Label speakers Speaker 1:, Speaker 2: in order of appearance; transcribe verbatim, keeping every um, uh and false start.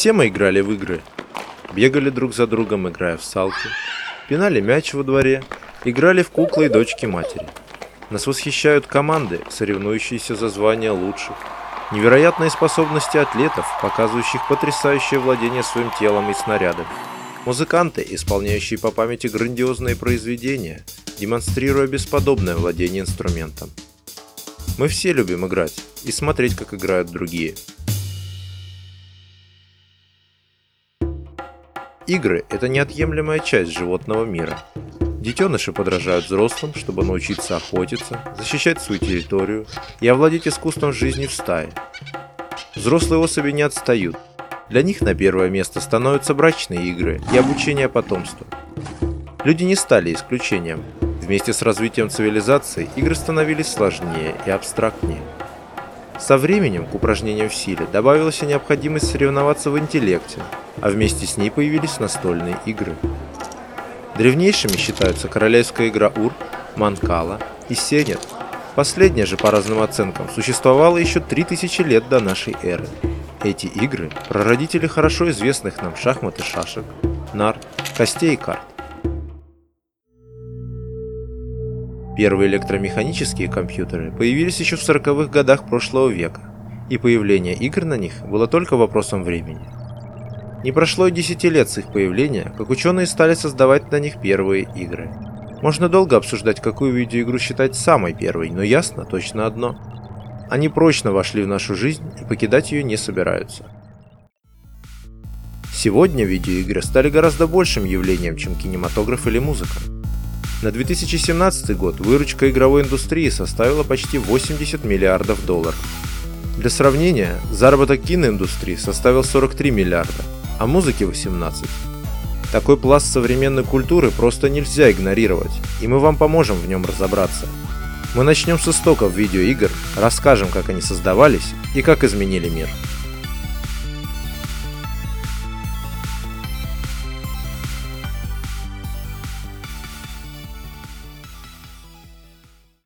Speaker 1: Все мы играли в игры. Бегали друг за другом, играя в салки. Пинали мяч во дворе. Играли в куклы и дочки матери. Нас восхищают команды, соревнующиеся за звание лучших. Невероятные способности атлетов, показывающих потрясающее владение своим телом и снарядами. Музыканты, исполняющие по памяти грандиозные произведения, демонстрируя бесподобное владение инструментом. Мы все любим играть и смотреть, как играют другие. Игры – это неотъемлемая часть животного мира. Детеныши подражают взрослым, чтобы научиться охотиться, защищать свою территорию и овладеть искусством жизни в стае. Взрослые особи не отстают. Для них на первое место становятся брачные игры и обучение потомству. Люди не стали исключением. Вместе с развитием цивилизации игры становились сложнее и абстрактнее. Со временем к упражнениям в силе добавилась и необходимость соревноваться в интеллекте, а вместе с ней появились настольные игры. Древнейшими считаются королевская игра Ур, Манкала и Сенет. Последняя же, по разным оценкам, существовала еще три тысячи лет до нашей эры. Эти игры – прародители хорошо известных нам шахмат и шашек, нарт, костей и карт. Первые электромеханические компьютеры появились еще в сороковых годах прошлого века, и появление игр на них было только вопросом времени. Не прошло и десяти лет с их появления, как ученые стали создавать на них первые игры. Можно долго обсуждать, какую видеоигру считать самой первой, но ясно точно одно. Они прочно вошли в нашу жизнь и покидать ее не собираются. Сегодня видеоигры стали гораздо большим явлением, чем кинематограф или музыка. На две тысячи семнадцатый год выручка игровой индустрии составила почти восемьдесят миллиардов долларов. Для сравнения, заработок киноиндустрии составил сорок три миллиарда, а музыки восемнадцать. Такой пласт современной культуры просто нельзя игнорировать, и мы вам поможем в нем разобраться. Мы начнем с истоков видеоигр, расскажем, как они создавались и как изменили мир.